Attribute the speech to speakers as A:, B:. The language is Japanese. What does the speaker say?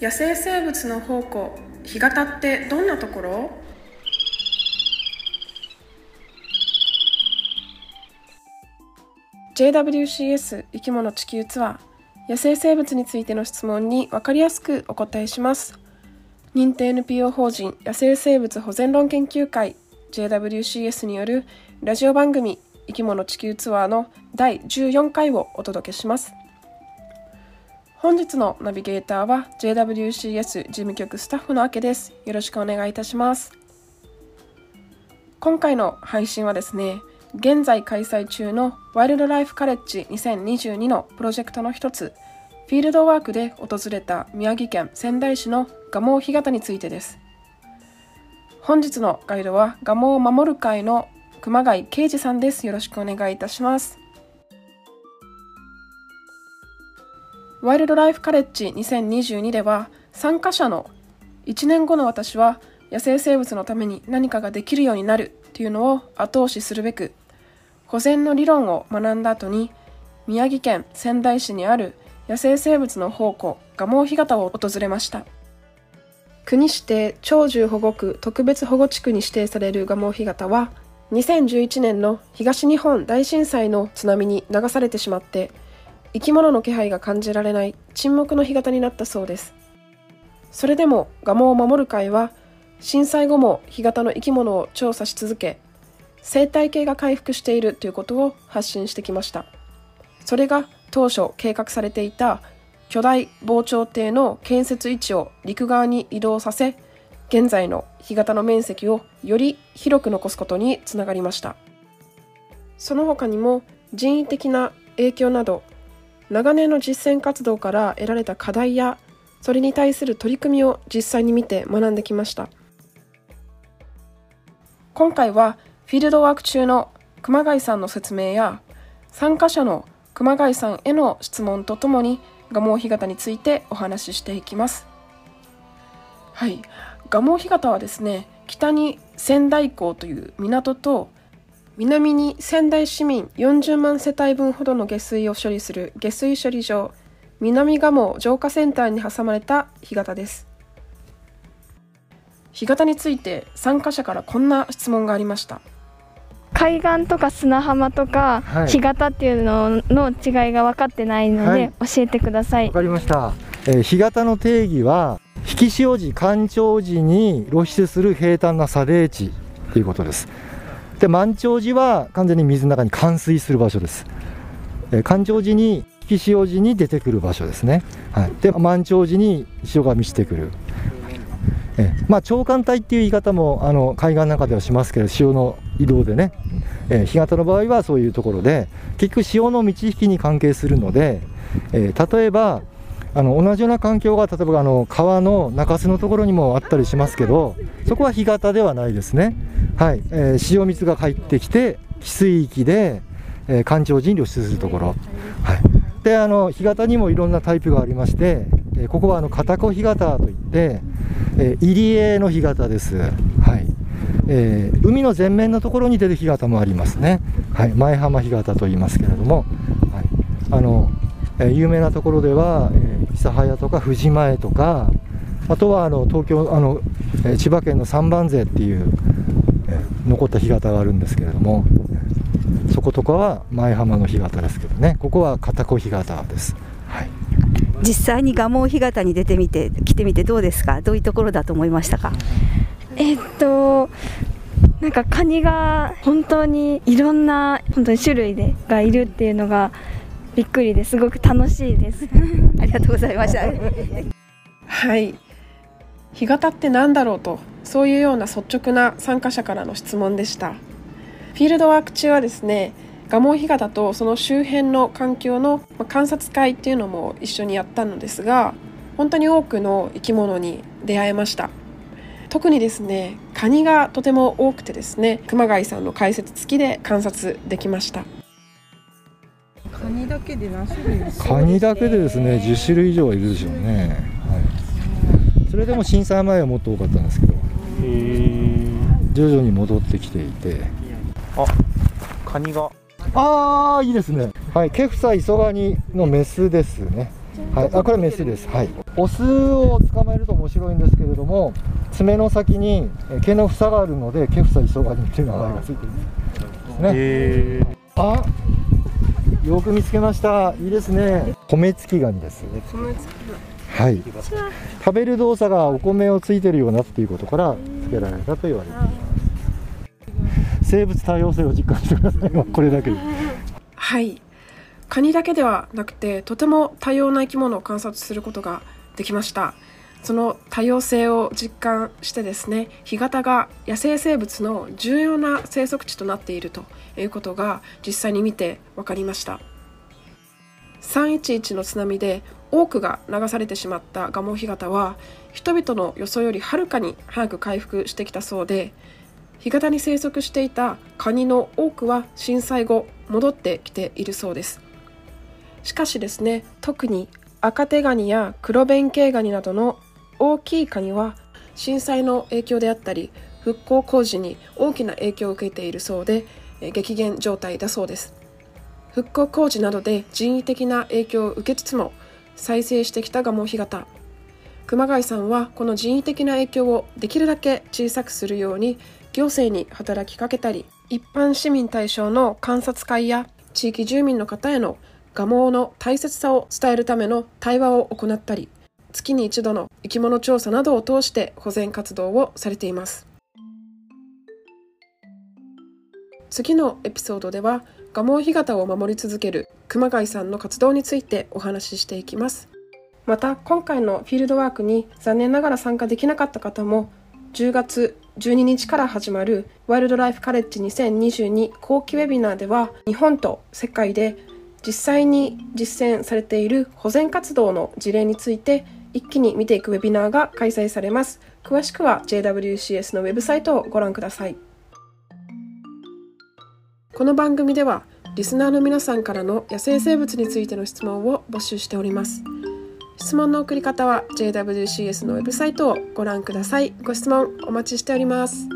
A: 野生生物の宝庫、干潟ってどんなところ？JWCS 生き物地球ツアー、野生生物についての質問に分かりやすくお答えします。認定 NPO 法人野生生物保全論研究会 JWCS によるラジオ番組生き物地球ツアーの第14回をお届けします。本日のナビゲーターは JWCS 事務局スタッフのあけです。よろしくお願いいたします。今回の配信はですね、現在開催中のワイルドライフカレッジ2022のプロジェクトの一つ、フィールドワークで訪れた宮城県仙台市の蒲生干潟についてです。本日のガイドは蒲生を守る会の熊谷啓二さんです。よろしくお願いいたします。ワイルドライフカレッジ2022では、参加者の1年後の私は野生生物のために何かができるようになるというのを後押しするべく、保全の理論を学んだ後に宮城県仙台市にある野生生物の宝庫蒲生干潟を訪れました。国指定鳥獣保護区特別保護地区に指定される蒲生干潟は、2011年の東日本大震災の津波に流されてしまって生き物の気配が感じられない沈黙の干潟になったそうです。それでも蒲生を守る会は震災後も干潟の生き物を調査し続け、生態系が回復しているということを発信してきました。それが当初計画されていた巨大防潮堤の建設位置を陸側に移動させ、現在の干潟の面積をより広く残すことにつながりました。その他にも人為的な影響など、長年の実践活動から得られた課題や、それに対する取り組みを実際に見て学んできました。今回はフィールドワーク中の熊谷さんの説明や、参加者の熊谷さんへの質問とともに蒲生干潟についてお話ししていきます。はい、蒲生干潟はですね、北に仙台港という港と、南に仙台市民40万世帯分ほどの下水を処理する下水処理場、南蒲生浄化センターに挟まれた干潟です。干潟について参加者からこんな質問がありました。
B: 海岸とか砂浜とか干潟っていうのの違いが分かってないので、教えてください。
C: わかりました。干潟の定義は、引き潮時、干潮時に露出する平坦な砂泥地ということです。で、満潮時は完全に水の中に冠水する場所です。干潮時に、引き潮時に出てくる場所ですね。で、満潮時に潮が満ちてくる。潮間帯っていう言い方も海岸なんかではしますけど、潮の移動でね、干潟の場合はそういうところで、結局潮の満ち引きに関係するので、例えば同じような環境が例えば川の中州のところにもあったりしますけど、そこは干潟ではないですね。潮水が入ってきて汽水域で、干潮時に露出するところ、で干潟にもいろんなタイプがありまして、ここは片子干潟といって、入り江の干潟です。海の前面のところに出る干潟もありますね。前浜干潟と言いますけれども、有名なところでは諫早とか富士前とか、あとは東京千葉県の三番瀬っていう、残った干潟があるんですけれども、そことかは前浜の干潟ですけどね、ここは片子干潟です。
D: 実際に蒲生干潟に来てみてどうですか？どういうところだと思いましたか？
B: なんかカニが本当にいろんな種類がいるっていうのがびっくりですごく楽しいです
D: ありがとうございました
A: はい、干潟って何だろうと、そういうような率直な参加者からの質問でした。フィールドワーク中はですね、蒲生干潟とその周辺の環境の観察会っていうのも一緒にやったのですが、本当に多くの生き物に出会えました。特にですね、カニがとても多くてですね、熊谷さんの解説付きで観察できました。
E: カニだけで何種類？
C: カニだけでですね、10種類以上はいるでしょうね。それでも震災前はもっと多かったんですけど、徐々に戻ってきていて、
F: カニが、
C: いいですね。ケフサイソガニのメスですね。 はい、これはメスです。はい。オスを捕まえると面白いんですけれども、爪の先に毛の房があるので、毛房イソガニっていう名前がついてるんですね。あ、よく見つけました。いいですね。米付きガニです。はい。食べる動作がお米をついてるようなっていうことから付けられたと言われています。生物多様性を実感してください。これだけで。
A: はい。カニだけではなくて、とても多様な生き物を観察することができました。その多様性を実感してですね、干潟が野生生物の重要な生息地となっているということが実際に見て分かりました。311の津波で多くが流されてしまった蒲生干潟は、人々の予想よりはるかに早く回復してきたそうで、干潟に生息していたカニの多くは震災後戻ってきているそうです。しかしですね、特に赤手ガニや黒弁慶ガニなどの大きいカニは震災の影響であったり復興工事に大きな影響を受けているそうで、激減状態だそうです。復興工事などで人為的な影響を受けつつも再生してきた蒲生干潟。熊谷さんはこの人為的な影響をできるだけ小さくするように行政に働きかけたり、一般市民対象の観察会や地域住民の方への蒲生の大切さを伝えるための対話を行ったり、月に一度の生き物調査などを通して保全活動をされています。次のエピソードでは蒲生干潟を守り続ける熊谷さんの活動についてお話ししていきます。また今回のフィールドワークに残念ながら参加できなかった方も、10月12日から始まるワイルドライフカレッジ2022後期ウェビナーでは、日本と世界で実際に実践されている保全活動の事例について一気に見ていくウェビナーが開催されます。詳しくは JWCS のウェブサイトをご覧ください。この番組ではリスナーの皆さんからの野生生物についての質問を募集しております。質問の送り方は JWCS のウェブサイトをご覧ください。ご質問お待ちしております。